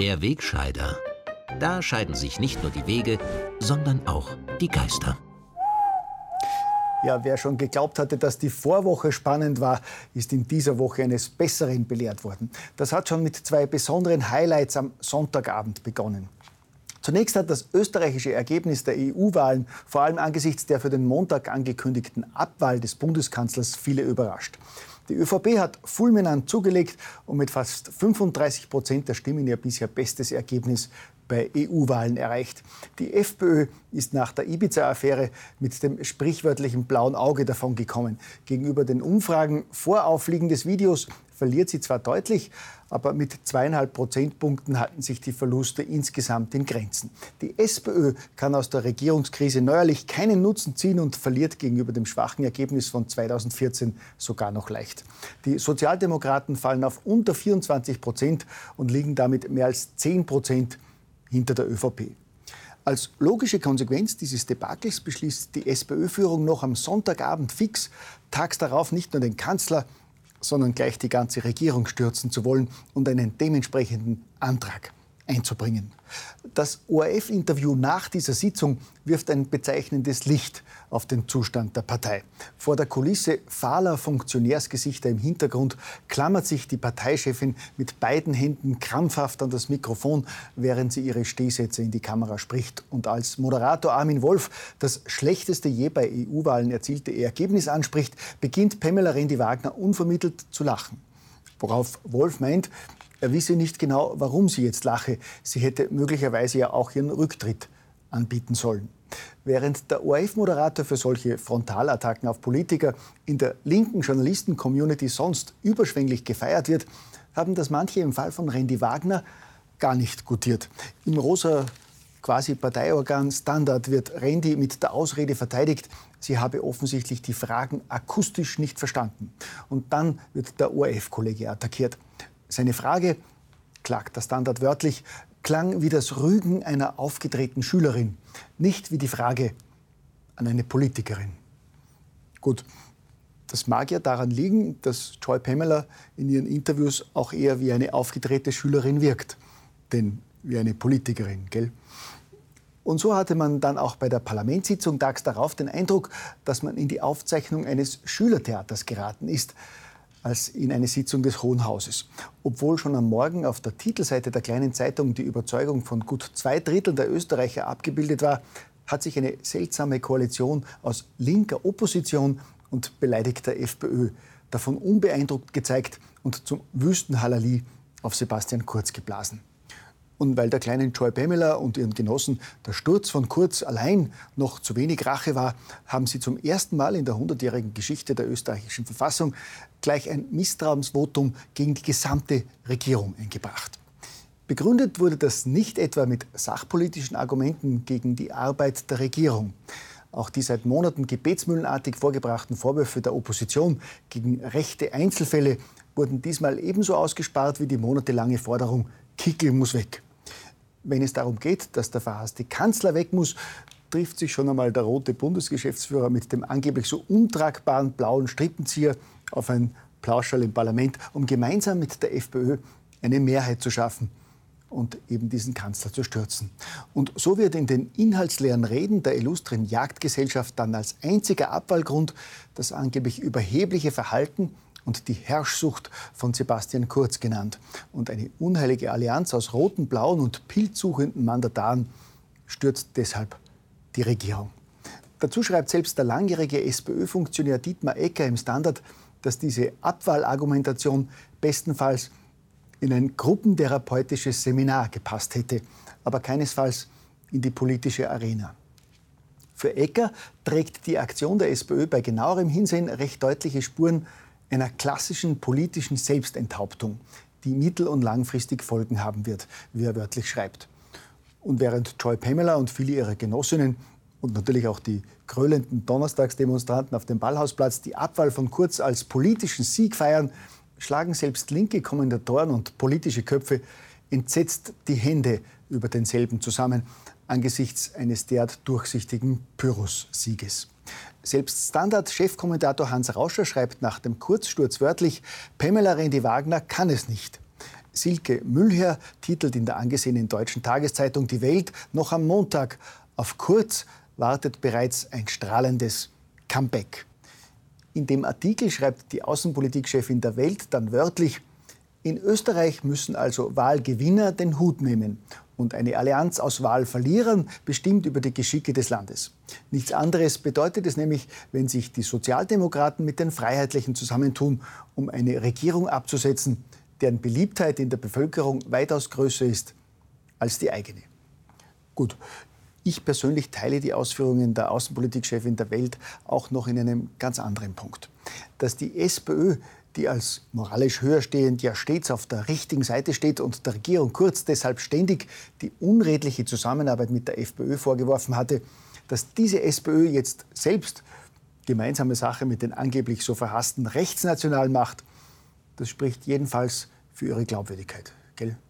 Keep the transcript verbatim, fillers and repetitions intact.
Der Wegscheider. Da scheiden sich nicht nur die Wege, sondern auch die Geister. Ja, wer schon geglaubt hatte, dass die Vorwoche spannend war, ist in dieser Woche eines Besseren belehrt worden. Das hat schon mit zwei besonderen Highlights am Sonntagabend begonnen. Zunächst hat das österreichische Ergebnis der E U-Wahlen vor allem angesichts der für den Montag angekündigten Abwahl des Bundeskanzlers viele überrascht. Die ÖVP hat fulminant zugelegt und mit fast fünfunddreißig Prozent der Stimmen ihr bisher bestes Ergebnis bei E U-Wahlen erreicht. Die FPÖ ist nach der Ibiza-Affäre mit dem sprichwörtlichen blauen Auge davongekommen. Gegenüber den Umfragen vor Aufliegen des Videos verliert sie zwar deutlich, aber mit zweieinhalb Prozentpunkten halten sich die Verluste insgesamt in Grenzen. Die SPÖ kann aus der Regierungskrise neuerlich keinen Nutzen ziehen und verliert gegenüber dem schwachen Ergebnis von zweitausendvierzehn sogar noch leicht. Die Sozialdemokraten fallen auf unter vierundzwanzig Prozent und liegen damit mehr als zehn Prozent hinter der ÖVP. Als logische Konsequenz dieses Debakels beschließt die SPÖ-Führung noch am Sonntagabend fix, tags darauf nicht nur den Kanzler, sondern gleich die ganze Regierung stürzen zu wollen und einen dementsprechenden Antrag einzubringen. Das O R F-Interview nach dieser Sitzung wirft ein bezeichnendes Licht auf den Zustand der Partei. Vor der Kulisse fahler Funktionärsgesichter im Hintergrund klammert sich die Parteichefin mit beiden Händen krampfhaft an das Mikrofon, während sie ihre Stehsätze in die Kamera spricht. Und als Moderator Armin Wolf das schlechteste je bei E U-Wahlen erzielte Ergebnis anspricht, beginnt Pamela Rendi-Wagner unvermittelt zu lachen. Worauf Wolf meint, er wisse nicht genau, warum sie jetzt lache. Sie hätte möglicherweise ja auch ihren Rücktritt anbieten sollen. Während der O R F-Moderator für solche Frontalattacken auf Politiker in der linken Journalisten-Community sonst überschwänglich gefeiert wird, haben das manche im Fall von Rendi-Wagner gar nicht gutiert. Im rosa quasi Parteiorgan Standard wird Rendi mit der Ausrede verteidigt, sie habe offensichtlich die Fragen akustisch nicht verstanden. Und dann wird der O R F-Kollege attackiert. Seine Frage, klagt der Standard wörtlich, klang wie das Rügen einer aufgedrehten Schülerin, nicht wie die Frage an eine Politikerin. Gut, das mag ja daran liegen, dass Joy Pamela in ihren Interviews auch eher wie eine aufgedrehte Schülerin wirkt, denn wie eine Politikerin, gell? Und so hatte man dann auch bei der Parlamentssitzung tags darauf den Eindruck, dass man in die Aufzeichnung eines Schülertheaters geraten ist, als in eine Sitzung des Hohen Hauses. Obwohl schon am Morgen auf der Titelseite der kleinen Zeitung die Überzeugung von gut zwei Dritteln der Österreicher abgebildet war, hat sich eine seltsame Koalition aus linker Opposition und beleidigter FPÖ davon unbeeindruckt gezeigt und zum wüsten Halali auf Sebastian Kurz geblasen. Und weil der kleinen Joy Pamela und ihren Genossen der Sturz von Kurz allein noch zu wenig Rache war, haben sie zum ersten Mal in der hundertjährigen Geschichte der österreichischen Verfassung gleich ein Misstrauensvotum gegen die gesamte Regierung eingebracht. Begründet wurde das nicht etwa mit sachpolitischen Argumenten gegen die Arbeit der Regierung. Auch die seit Monaten gebetsmühlenartig vorgebrachten Vorwürfe der Opposition gegen rechte Einzelfälle wurden diesmal ebenso ausgespart wie die monatelange Forderung, Kickl muss weg. Wenn es darum geht, dass der verhasste Kanzler weg muss, trifft sich schon einmal der rote Bundesgeschäftsführer mit dem angeblich so untragbaren blauen Strippenzieher auf ein Plauschall im Parlament, um gemeinsam mit der FPÖ eine Mehrheit zu schaffen und eben diesen Kanzler zu stürzen. Und so wird in den inhaltsleeren Reden der illustren Jagdgesellschaft dann als einziger Abwahlgrund das angeblich überhebliche Verhalten und die Herrschsucht von Sebastian Kurz genannt. Und eine unheilige Allianz aus roten, blauen und pilzsuchenden Mandataren stürzt deshalb die Regierung. Dazu schreibt selbst der langjährige SPÖ-Funktionär Dietmar Ecker im Standard, dass diese Abwahlargumentation bestenfalls in ein gruppentherapeutisches Seminar gepasst hätte, aber keinesfalls in die politische Arena. Für Ecker trägt die Aktion der SPÖ bei genauerem Hinsehen recht deutliche Spuren einer klassischen politischen Selbstenthauptung, die mittel- und langfristig Folgen haben wird, wie er wörtlich schreibt. Und während Joy Pamela und viele ihrer Genossinnen und natürlich auch die gröhlenden Donnerstagsdemonstranten auf dem Ballhausplatz die Abwahl von Kurz als politischen Sieg feiern, schlagen selbst linke Kommentatoren und politische Köpfe entsetzt die Hände über denselben zusammen, angesichts eines derart durchsichtigen Pyrrhus-Sieges. Selbst Standard-Chefkommentator Hans Rauscher schreibt nach dem Kurzsturz wörtlich, Pamela Rendi-Wagner kann es nicht. Silke Mühlherr titelt in der angesehenen deutschen Tageszeitung Die Welt noch am Montag: Auf Kurz wartet bereits ein strahlendes Comeback. In dem Artikel schreibt die Außenpolitikchefin der Welt dann wörtlich: In Österreich müssen also Wahlgewinner den Hut nehmen. Und eine Allianz aus Wahlverlierern bestimmt über die Geschicke des Landes. Nichts anderes bedeutet es nämlich, wenn sich die Sozialdemokraten mit den Freiheitlichen zusammentun, um eine Regierung abzusetzen, deren Beliebtheit in der Bevölkerung weitaus größer ist als die eigene. Gut, ich persönlich teile die Ausführungen der Außenpolitikchefin der Welt auch noch in einem ganz anderen Punkt. Dass die SPÖ, die als moralisch höherstehend ja stets auf der richtigen Seite steht und der Regierung Kurz deshalb ständig die unredliche Zusammenarbeit mit der FPÖ vorgeworfen hatte, dass diese SPÖ jetzt selbst gemeinsame Sache mit den angeblich so verhassten Rechtsnationalen macht, das spricht jedenfalls für ihre Glaubwürdigkeit, gell?